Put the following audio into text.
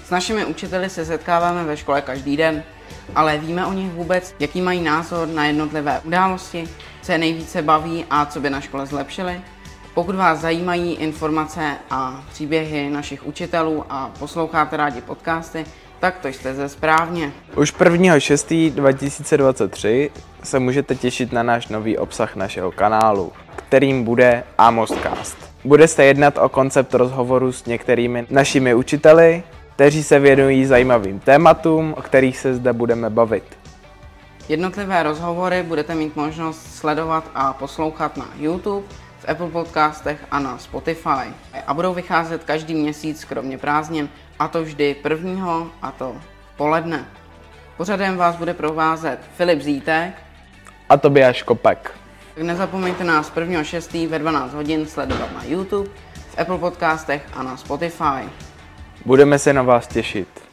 S našimi učiteli se setkáváme ve škole každý den, ale víme o nich vůbec, jaký mají názor na jednotlivé události, co je nejvíce baví a co by na škole zlepšili? Pokud vás zajímají informace a příběhy našich učitelů a posloucháte rádi podcasty, tak to jste ze správně. Už 1.6.2023 se můžete těšit na náš nový obsah našeho kanálu, kterým bude Amostcast. Bude se jednat o koncept rozhovoru s některými našimi učiteli, kteří se věnují zajímavým tématům, o kterých se zde budeme bavit. Jednotlivé rozhovory budete mít možnost sledovat a poslouchat na YouTube, v Apple Podcastech a na Spotify. A budou vycházet každý měsíc kromě prázdnin, a to vždy prvního, a to v poledne. Pořadem vás bude provázet Filip Zítek A Tobiáš Kopek. Tak nezapomeňte nás 1.6. ve 12 hodin sledovat na YouTube, v Apple Podcastech a na Spotify. Budeme se na vás těšit.